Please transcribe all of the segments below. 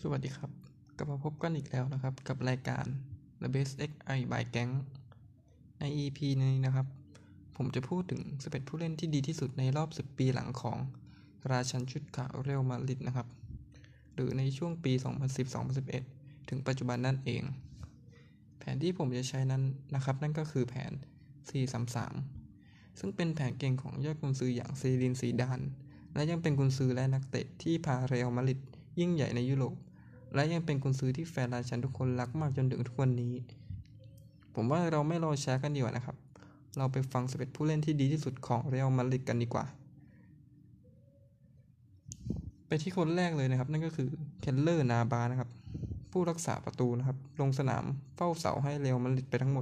สวัสดีครับกลับมาพบกันอีกแล้วนะครับกับรายการ The Best XI by Gang ใน EP นี้นะครับผมจะพูดถึง11ผู้เล่นที่ดีที่สุดในรอบ10ปีหลังของราชันชุดขาวเรอัลมาดริดนะครับหรือในช่วงปี 2010-2011 ถึงปัจจุบันนั่นเองแผนที่ผมจะใช้นั้นนะครับนั่นก็คือแผน 4-3-3 ซึ่งเป็นแผนเก่งของยอดกุนซืออย่างซีดินซีดานและยังเป็นกุนซือและนักเตะที่พาเรอัลมาดริดยิ่งใหญ่ในยุโรปและยังเป็นกุนซือที่แฟนราชันทุกคนรักมากจนถึงทุกวันนี้ผมว่าเราไม่รอช้ากันดีกว่านะครับเราไปฟัง11ผู้เล่นที่ดีที่สุดของเรอัลมาดริดกันดีกว่าไปที่คนแรกเลยนะครับนั่นก็คือเคลเลอร์นาบานะครับผู้รักษาประตูนะครับลงสนามเฝ้าเสาให้เรอัลมาดริดไปทั้งหมด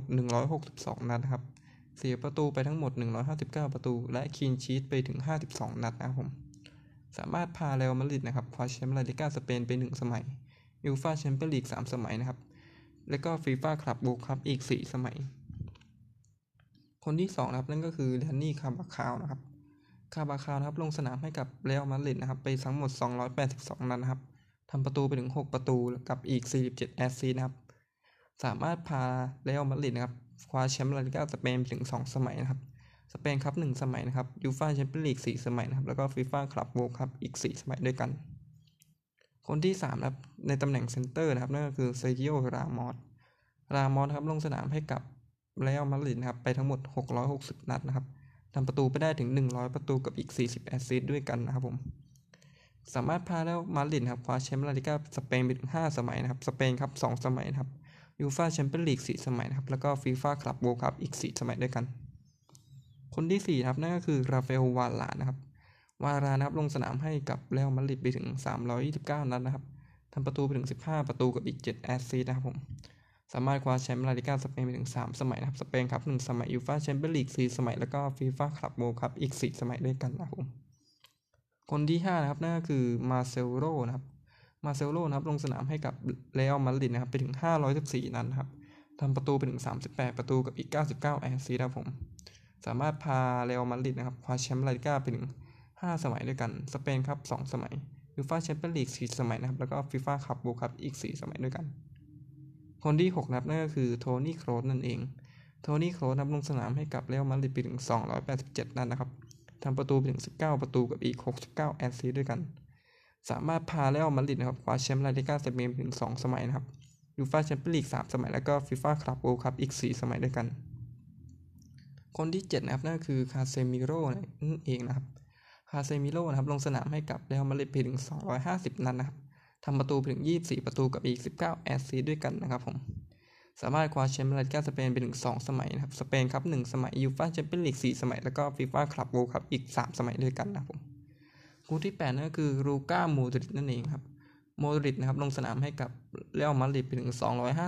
162นัดนะครับเสียประตูไปทั้งหมด159ประตูและคลีนชีทไปถึง52นัดนะครับผมสามารถพาเรอัลมาดริดนะครับคว้าแชมป์ลาลิก้าสเปนไป1สมัยยูฟ่าแชมเปี้ยนลีก3สมัยนะครับและก็ฟีฟ่าคลับเวิลด์คัพอีก4สมัยคนที่2นะครับนั่นก็คือแดนนี่คาบาคาวนะครับคาบาคาวนะครับลงสนามให้กับเรอัลมาดริดนะครับไปทั้งหมด282นัดนะครับทำประตูไปถึง6ประตูกับอีก47แอสซิสต์นะครับสามารถพาเรอัลมาดริดนะครับคว้าแชมป์ลาลิก้าสเปนถึง2สมัยนะครับสเปนคัพ1สมัยนะครับยูฟ่าแชมเปี้ยนลีก4สมัยนะครับแล้วก็ฟีฟ่าคลับเวิลด์คัพอีก4สมัยด้วยกันคนที่3นะครับในตำแหน่งเซนเตอร์นะครับนั่นก็คือเซอร์จิโอ รามอสครับลงสนามให้กับเรอัลมาดริดนะครับไปทั้งหมด660นัดนะครับทำประตูไปได้ถึง100ประตูกับอีก40แอสซิสต์ด้วยกันนะครับผมสามารถพาเรอัลมาดริดนะครับคว้าแชมป์ลาลิก้าสเปนไปถึง5สมัยนะครับสเปนครับ2สมัยนะครับยูฟ่าแชมเปี้ยนลีก4สมัยนะครับแล้วก็ฟีฟ่าคลับเวิลด์คัพอีก4สมัยด้วยกันคนที่4นะครับนั่นก็คือราฟาเอล วาลานนะครับวาลานนะครับลงสนามให้กับเรอัลมาดริดไปถึง329นัดนะครับทำประตูไปถึง15ประตูกับอีก7แอสซิสต์นะครับผมสามารถคว้าแชมป์ลาลิก้าสเปนไปถึง3สมัยนะครับสเปนครับ1สมัยยูฟ่าแชมเปี้ยนลีก4สมัยแล้วก็ฟีฟ่าคลับเวิลด์คัพอีก4สมัยด้วยกันนะครับผมคนที่5นะครับนั่นก็คือมาเซโลนะครับมาเซโลนะครับลงสนามให้กับเรอัลมาดริดนะครับไปถึง514นัดนะครับทำประตูไปถึง38ประตูกับอีก99แอสซิสต์ครับผมสามารถพาเรอัลมาดริดนะครับคว้าแชมป์ลาลิก้าไปถึง5สมัยด้วยกันสเปนครับ2สมัยยูฟ่าแชมเปี้ยนลีก4สมัยนะครับแล้วก็ฟีฟ่าคลับเวิลด์คัพอีก4สมัยด้วยกันคนที่6นะครับนั่นก็คือโทนี่โครสนั่นเองโทนี่โครสลงสนามให้กับเรอัลมาดริดไปถึง287นัดนะครับทำประตูไปถึง19ประตูกับอีก69แอสซิสต์ด้วยกันสามารถพาเรอัลมาดริดนะครับคว้าแชมป์ลาลิก้าสเปนไปถึง2สมัยนะครับยูฟ่าแชมเปี้ยนลีก3สมัยแล้วก็ฟีฟ่าคลับเวิลด์คัพอีก4สมัยด้วยกันคนที่7นะครับนั่นคือคาเซมิโร่นั่นเองนะครับคาเซมิโร่นะครับลงสนามให้กับเรอัลมาดริดไปถึง250นัดนะครับทำประตูไปถึง24ประตูกับอีก19แอสซิสต์ด้วยกันนะครับผมสามารถคว้าแชมป์ลาลิก้าสเปนไปถึง2สมัยนะครับสเปนครับ1สมัยยูฟ่าแชมเปี้ยนลีก4สมัยแล้วก็ฟีฟ่าคลับเวิลด์คัพอีก3สมัยด้วยกันนะครับผมคู่ที่8นั่นก็คือลูก้า โมดริตนั่นเองครับโมดริตนะครับลงสนามให้กับเรอัลมาดริดไปถึง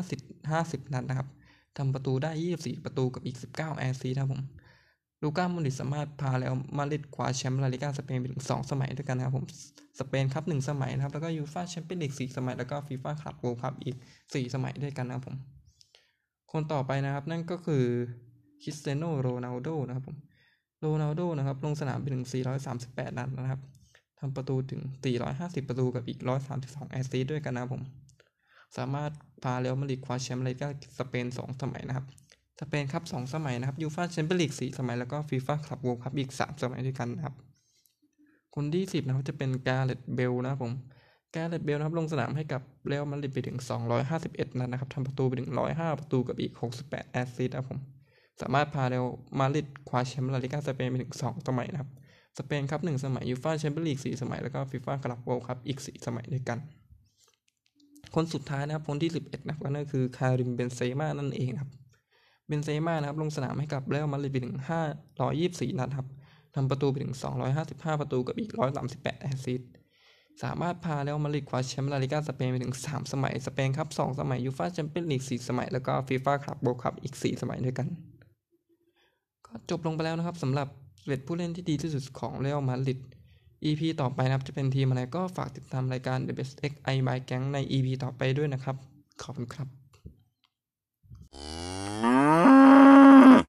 250นัดนะครับทำประตูได้24ประตูกับอีก19แอสซิสต์ครับผมลูก้า โมดริตสามารถพาเรอัลมาดริดคว้าแชมป์ลาลิก้าสเปนไปถึง2สมัยด้วยกันนะครับผมสเปนครับ1สมัยนะครับแล้วก็ยูฟ่าแชมเปี้ยนลีก4สมัยแล้วก็ฟีฟ่าคลับเวิลด์คัพอีก4สมัยด้วยกันนะครับผมคนต่อไปนะครับนั่นก็คือคริสเตียโน โรนัลโดนะครับผมโรนัลโดนะครับลงสนามไปถึง438นัดนะครับทำประตูถึง450ประตูกับอีก132แอสซิสต์ด้วยกันนะครับผมสามารถพาเรอัลมาดริดคว้าแชมป์ลาลิก้าสเปน2สมัยนะครับสเปนครับ2สมัยนะครับยูฟ่าแชมเปี้ยนลีก4สมัยแล้วก็ฟีฟ่าคลับเวิลด์คัพอีก3สมัยด้วยกันนะครับคนที่10นะครับจะเป็นกาเร็ต เบลนะครับผมกาเร็ต เบลนะครับลงสนามให้กับเรอัลมาดริดไปถึง251นัดนะครับทำประตูไปถึง105ประตูกับอีก68แอสซิสต์ครับผมสามารถพาเรอัลมาดริดคว้าแชมป์ลาลิก้าสเปนไปถึง2สมัยนะครับสเปนครับ1สมัยยูฟ่าแชมเปี้ยนลีก4สมัยแล้วก็ฟีฟ่าคลับเวิลด์คัพอีก4สมัยด้วยกันคนสุดท้ายนะครับคนที่11นะครับก็นั่นคือคาริม เบนเซม่านั่นเองครับเบนเซม่านะครับลงสนามให้กับเรอัลมาดริดไปถึง524นัดครับทำประตูไปถึง255ประตูกับอีก138แอสซิสต์สามารถพาเรอัลมาดริดคว้าแชมป์ลาลิก้าสเปนไปถึง3สมัยสเปนครับ2สมัยยูฟ่าแชมเปี้ยนลีก4สมัยแล้วก็ฟีฟ่าคลับเวิลด์คัพอีก4สมัยด้วยกันก็จบลงไปแล้วนะครับสำหรับ11ผู้เล่นที่ดีที่สุดของเรอัลมาดริด EP ต่อไปนะครับจะเป็นทีมอะไรก็ฝากติดตามรายการ The Best XI by Gang ใน EP ต่อไปด้วยนะครับขอบคุณครับ